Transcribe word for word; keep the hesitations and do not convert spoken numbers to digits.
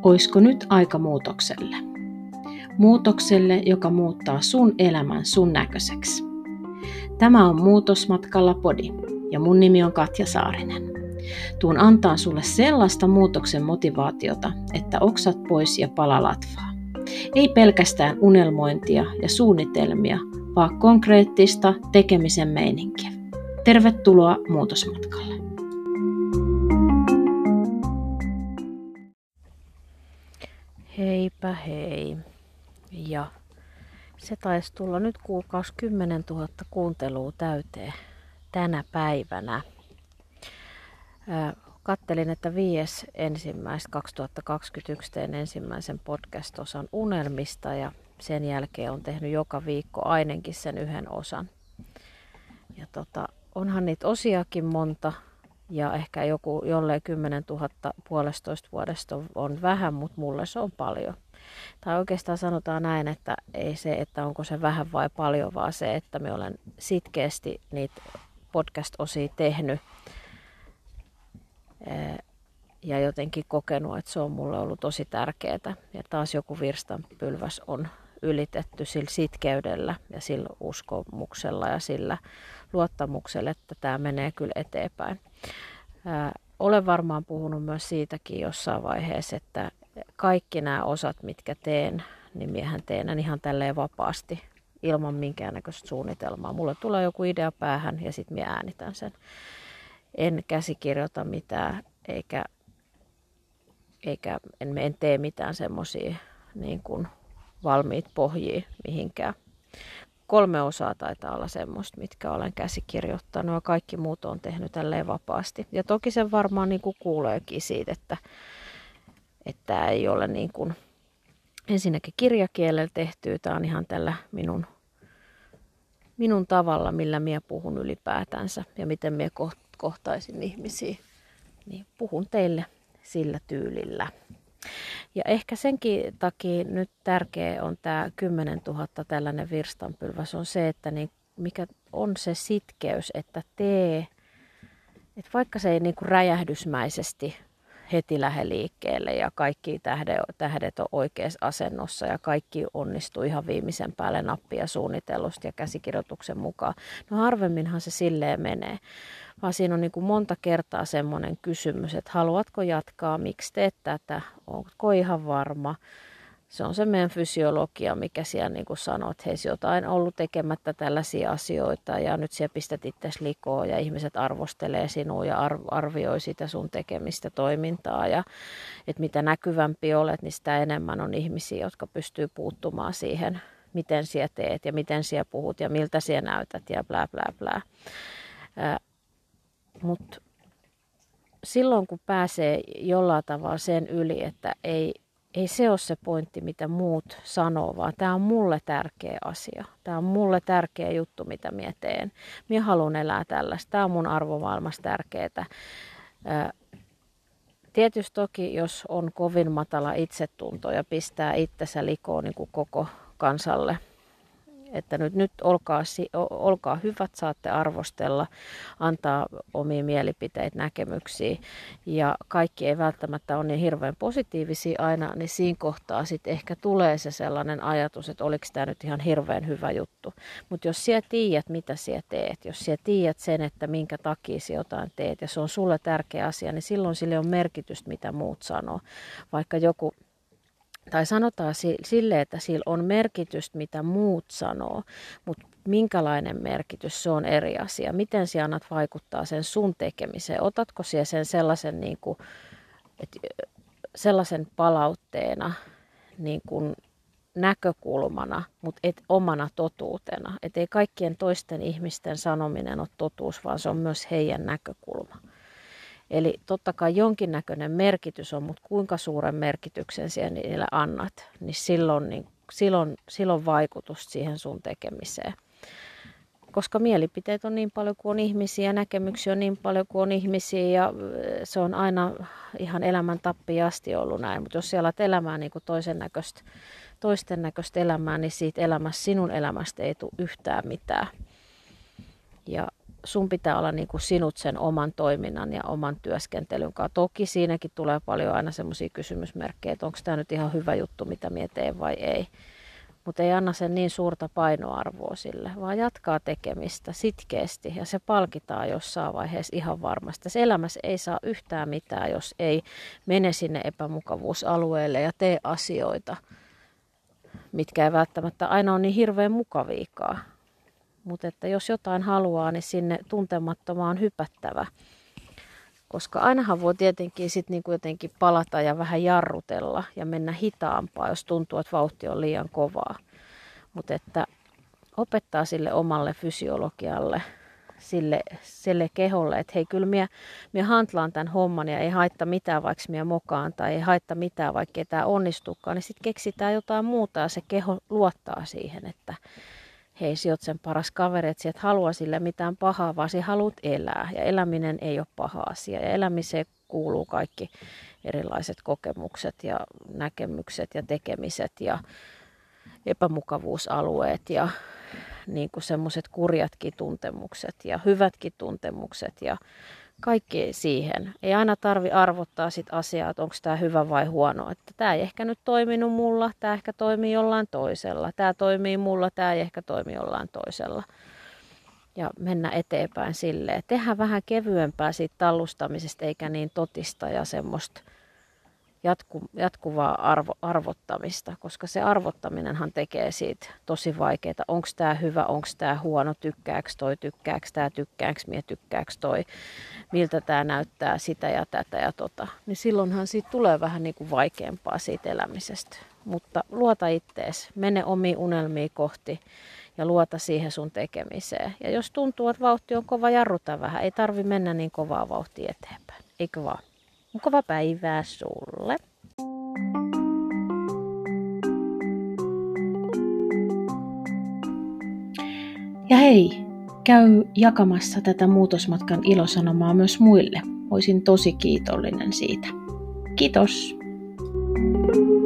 Oisko nyt aika muutokselle? Muutokselle, joka muuttaa sun elämän sun näköiseksi. Tämä on Muutosmatkalla podi ja mun nimi on Katja Saarinen. Tuun antaa sulle sellaista muutoksen motivaatiota, että oksat pois ja pala latvaa. Ei pelkästään unelmointia ja suunnitelmia, vaan konkreettista tekemisen meininkiä. Tervetuloa Muutosmatkalle. Heipä hei. Ja se taisi tulla nyt kuulkaas kymmenen tuhatta kuuntelua täyteen tänä päivänä. Kattelin, että viides ensimmäistä kaksituhattakaksikymmentäyksi tein ensimmäisen podcast-osan unelmista ja sen jälkeen on tehnyt joka viikko ainakin sen yhden osan. Ja tota, onhan niitä osiakin monta ja ehkä joku jolleen kymmenen tuhatta puolestoista vuodesta on, on vähän, mutta mulle se on paljon. Tai oikeastaan sanotaan näin, että ei se, että onko se vähän vai paljon, vaan se, että me olen sitkeästi niitä podcast-osia tehnyt ja jotenkin kokenut, että se on mulle ollut tosi tärkeää. Ja taas joku virstanpylväs on ylitetty sillä sitkeydellä ja sillä uskomuksella ja sillä luottamuksella, että tämä menee kyllä eteenpäin. Ää, olen varmaan puhunut myös siitäkin jossain vaiheessa, että kaikki nämä osat, mitkä teen, niin miehän teen ihan tälleen vapaasti, ilman minkäännäköistä suunnitelmaa. Mulle tulee joku idea päähän ja sitten minä äänitän sen. En käsikirjoita mitään, eikä, eikä en, en tee mitään semmoisia niin kuin valmiit pohjia mihinkään. Kolme osaa taitaa olla semmoista, mitkä olen käsikirjoittanut ja kaikki muut on tehnyt tälleen vapaasti. Ja toki sen varmaan niin kuin kuuleekin siitä, että Että ei ole niin kuin ensinnäkin kirjakielellä tehtyä. Tämä on ihan tällä minun, minun tavalla, millä minä puhun ylipäätänsä ja miten minä kohtaisin ihmisiä. Niin puhun teille sillä tyylillä. Ja ehkä senkin takia nyt tärkeä on tämä kymmenen tuhatta tällainen virstanpylväs on se, että niin mikä on se sitkeys, että tee, että vaikka se ei niin kuin räjähdysmäisesti heti lähde liikkeelle ja kaikki tähdet, tähdet on oikeassa asennossa ja kaikki onnistuu ihan viimeisen päälle nappia suunnitellusta ja käsikirjoituksen mukaan. No harvemminhan se silleen menee, vaan siinä on niin kuin monta kertaa semmoinen kysymys, että haluatko jatkaa, miksi teet tätä, onko ihan varma. Se on se meidän fysiologia, mikä siellä niin kuin sanoo, että heisi jotain ollut tekemättä tällaisia asioita ja nyt siellä pistät itses likoon ja ihmiset arvostelee sinua ja arvioi sitä sun tekemistä toimintaa. Ja että mitä näkyvämpi olet, niin sitä enemmän on ihmisiä, jotka pystyy puuttumaan siihen, miten siellä teet ja miten siellä puhut ja miltä siellä näytät ja blää blää blää. Mutta silloin kun pääsee jollain tavalla sen yli, että ei Ei se ole se pointti, mitä muut sanoo, vaan tämä on mulle tärkeä asia. Tämä on mulle tärkeä juttu, mitä minä teen. Minä haluan elää tällaista. Tämä on mun arvomaailmassa tärkeää. Tietysti toki, jos on kovin matala itsetunto ja pistää itsensä likoon niin kuin koko kansalle, että nyt, nyt olkaa, olkaa hyvät, saatte arvostella, antaa omia mielipiteitä, näkemyksiä ja kaikki ei välttämättä ole niin hirveän positiivisia aina, niin siinä kohtaa sitten ehkä tulee se sellainen ajatus, että oliko tämä nyt ihan hirveän hyvä juttu. Mutta jos sinä tiedät, mitä sinä teet, jos sinä tiedät sen, että minkä takia sinä jotain teet ja se on sulle tärkeä asia, niin silloin sille on merkitystä, mitä muut sanoo. Vaikka joku Tai sanotaan sille, että sillä on merkitystä, mitä muut sanoo, mutta minkälainen merkitys, se on eri asia. Miten sinä annat vaikuttaa sen sun tekemiseen? Otatko sinä sen sellaisen, niin kuin, että sellaisen palautteena niin kuin näkökulmana, mutta et omana totuutena? Et ei kaikkien toisten ihmisten sanominen ole totuus, vaan se on myös heidän näkökulma. Eli totta kai jonkinnäköinen merkitys on, mutta kuinka suuren merkityksen siellä niille annat, niin silloin, niin silloin, silloin vaikutus siihen sun tekemiseen. Koska mielipiteet on niin paljon kuin on ihmisiä, näkemyksiä on niin paljon kuin on ihmisiä ja se on aina ihan elämän tappiin asti ollut näin. Mutta jos siellä alat elämää niin kuin toisen näköistä, toisten näköistä elämää, niin siitä elämästä, sinun elämästä ei tule yhtään mitään. Ja sun pitää olla niin kuin sinut sen oman toiminnan ja oman työskentelyn kanssa. Toki siinäkin tulee paljon aina semmoisia kysymysmerkkejä, että onko tämä nyt ihan hyvä juttu, mitä mie teen vai ei. Mutta ei anna sen niin suurta painoarvoa sille, vaan jatkaa tekemistä sitkeästi ja se palkitaan jossain vaiheessa ihan varmasti. Se elämässä ei saa yhtään mitään, jos ei mene sinne epämukavuusalueelle ja tee asioita, mitkä ei välttämättä aina ole niin hirveän mukaviikaan. Mutta että jos jotain haluaa, niin sinne tuntemattomaan on hypättävä. Koska ainahan voi tietenkin sit niinku jotenkin palata ja vähän jarrutella ja mennä hitaampaa, jos tuntuu, että vauhti on liian kovaa. Mutta että opettaa sille omalle fysiologialle, sille, sille keholle, että hei kyllä minä, minä hantlaan tämän homman ja ei haittaa mitään, vaikka minä mokaan tai ei haittaa mitään, vaikka ei tämä onnistukaan, niin sitten keksitään jotain muuta ja se keho luottaa siihen, että hei, sinä olet sen paras kaveri, että sinä et halua sille mitään pahaa, vaan sinä haluat elää. Ja eläminen ei ole paha asia. Ja elämiseen kuuluu kaikki erilaiset kokemukset ja näkemykset ja tekemiset ja epämukavuusalueet ja niin kuin semmoiset kurjatkin tuntemukset ja hyvätkin tuntemukset ja kaikki siihen. Ei aina tarvi arvottaa sit asiaa, että onko tämä hyvä vai huono. Että tämä ei ehkä nyt toiminut mulla, tämä ehkä toimii jollain toisella. Tämä toimii mulla, tämä ei ehkä toimi jollain toisella. Ja mennä eteenpäin silleen. Tehdään vähän kevyempää siitä tallustamisesta eikä niin totista ja semmoista jatku, jatkuvaa arvo, arvottamista. Koska se arvottaminenhan tekee siitä tosi vaikeaa. Onko tämä hyvä, onko tämä huono, tykkääkö toi, tykkääkö tämä, tykkääkö mie, tykkääkö toi. Miltä tämä näyttää sitä ja tätä ja tota. Niin silloinhan siitä tulee vähän niin kuin vaikeampaa siitä elämisestä. Mutta luota ittees, mene omiin unelmiin kohti ja luota siihen sun tekemiseen. Ja jos tuntuu, että vauhti on kova, jarruta vähän. Ei tarvi mennä niin kovaa vauhtia eteenpäin. Eikö vaan? Mukavaa päivää sulle. Ja hei, käy jakamassa tätä muutosmatkan ilosanomaa myös muille. Olisin tosi kiitollinen siitä. Kiitos!